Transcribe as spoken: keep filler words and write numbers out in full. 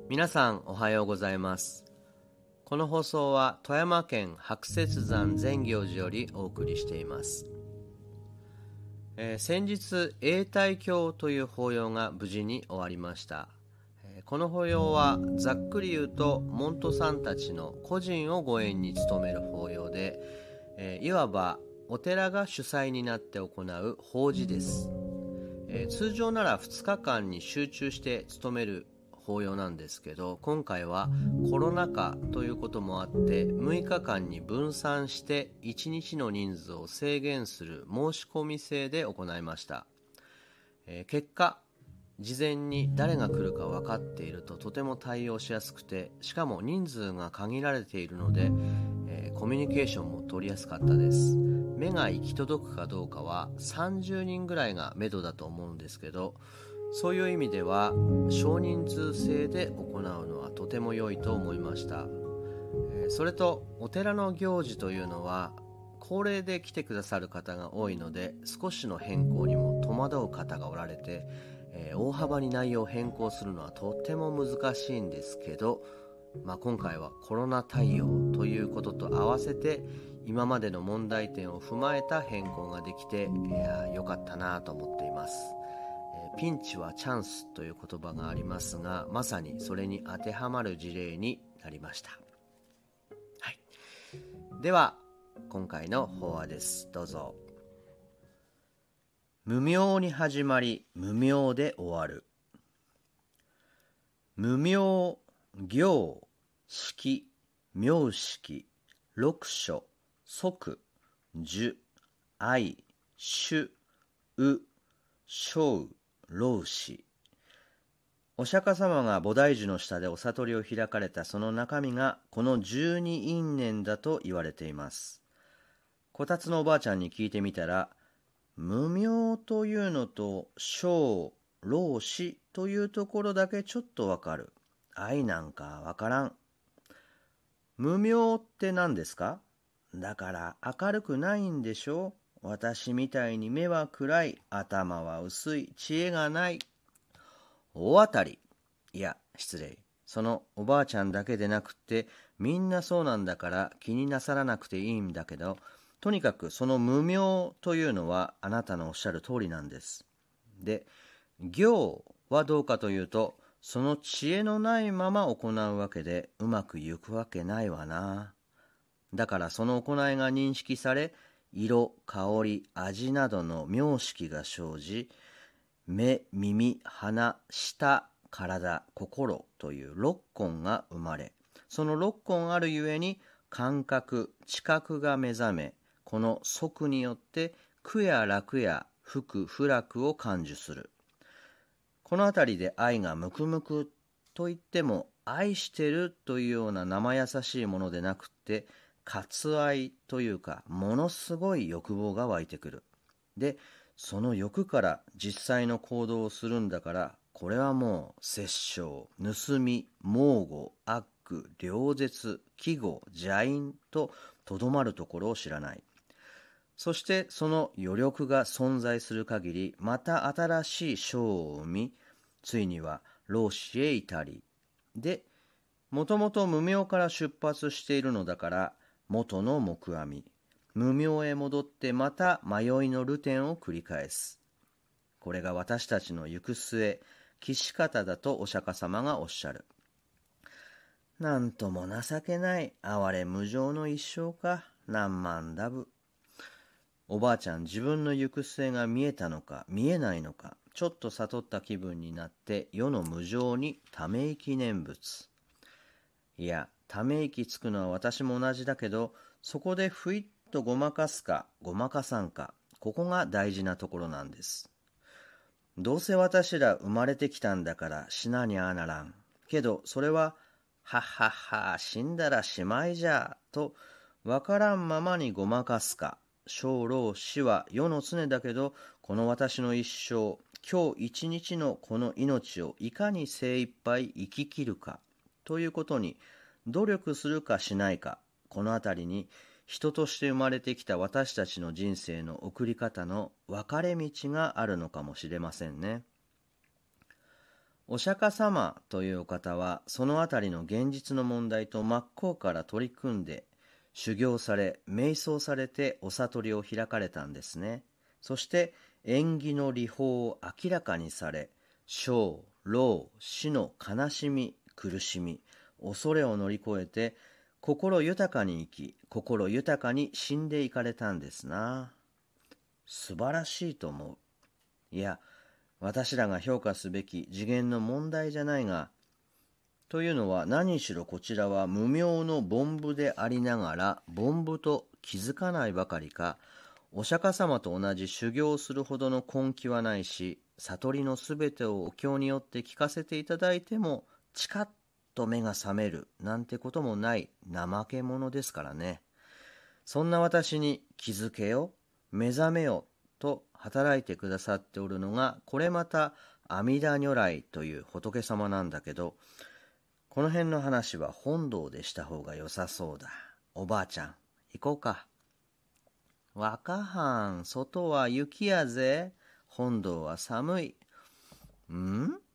皆さんおはようございます。この放送は富山県白雪山善行寺よりお送りしています。えー、先日永代経という法要が無事に終わりました。えー、この法要はざっくり言うと門徒さんたちの個人をご縁に務める法要で、えー、いわばお寺が主催になって行う法事です。えー、通常ならふつかかんに集中して務める法要なんですけど、今回はコロナ禍ということもあってむいかかんに分散していちにちの人数を制限する申し込み制で行いました。えー、結果事前に誰が来るか分かっているととても対応しやすくて、しかも人数が限られているので、えー、コミュニケーションも取りやすかったです。目が行き届くかどうかはさんじゅうにんぐらいが目処だと思うんですけど、そういう意味では少人数制で行うのはとても良いと思いました。えー、それとお寺の行事というのは高齢で来てくださる方が多いので、少しの変更にも戸惑う方がおられて、えー、大幅に内容を変更するのはとても難しいんですけど、まあ、今回はコロナ対応ということと合わせて今までの問題点を踏まえた変更ができて、いや良かったなと思っています。ピンチはチャンスという言葉がありますが、まさにそれに当てはまる事例になりました。はい、では今回の法話です。どうぞ。無明に始まり無明で終わる。無明、行、式、名式、六書、即、呪、愛、主、う、生、老子。お釈迦様が菩提樹の下でお悟りを開かれたその中身がこの十二因縁だと言われています。こたつのおばあちゃんに聞いてみたら、無明というのと生、老死というところだけちょっとわかる。愛なんかわからん。無明って何ですか？だから明るくないんでしょ？私みたいに目は暗い、頭は薄い、知恵がない。大当たり。いや、失礼。そのおばあちゃんだけでなくってみんなそうなんだから気になさらなくていいんだけど、とにかくその無明というのはあなたのおっしゃる通りなんです。で、行はどうかというと、その知恵のないまま行うわけでうまくいくわけないわな。だからその行いが認識され、色、香り、味などの名色が生じ、目、耳、鼻、舌、体、心という六根が生まれ、その六根あるゆえに感覚、知覚が目覚め、この即によって苦や楽や福、不楽を感受する。このあたりで愛がムクムクといっても、愛してるというような生優しいものでなくって、渇愛というか、ものすごい欲望が湧いてくる。で、その欲から実際の行動をするんだから、これはもう殺生、盗み、妄語、悪、両絶、危語、邪淫ととどまるところを知らない。そしてその余力が存在する限り、また新しい生を生み、ついには老死へ至り、で、もともと無明から出発しているのだから、元の木阿弥、無明へ戻ってまた迷いの流転を繰り返す。これが私たちの行く末、帰し方だとお釈迦様がおっしゃる。なんとも情けない、哀れ無常の一生か、何万ダブ。おばあちゃん、自分の行く末が見えたのか見えないのか、ちょっと悟った気分になって世の無常にため息念仏。いや、ため息つくのは私も同じだけど、そこでふいっとごまかすかごまかさんか、ここが大事なところなんです。どうせ私ら生まれてきたんだから死なにゃあならん。けどそれははっはっは死んだらしまいじゃとわからんままにごまかすか、生老死は世の常だけど、この私の一生、今日一日のこの命をいかに精一杯生き切るかということに努力するかしないか、このあたりに人として生まれてきた私たちの人生の送り方の分かれ道があるのかもしれませんね。 お釈迦様というお方は、そのあたりの現実の問題と真っ向から取り組んで、修行され、瞑想されてお悟りを開かれたんですね。そして、縁起の理法を明らかにされ、生、老、死の悲しみ、苦しみ、恐れを乗り越えて、心豊かに生き、心豊かに死んでいかれたんですな。素晴らしいと思う。いや、私らが評価すべき次元の問題じゃないが、というのは何しろこちらは無明の凡夫でありながら凡夫と気づかないばかりか、お釈迦様と同じ修行をするほどの根気はないし、悟りのすべてをお経によって聞かせていただいてもチカッと目が覚めるなんてこともない怠け者ですからね。そんな私に気づけよ、目覚めよと働いてくださっておるのが、これまた阿弥陀如来という仏様なんだけど、この辺の話は本堂でした方が良さそうだ。おばあちゃん、行こうか。若はん、外は雪やぜ。本堂は寒い。ん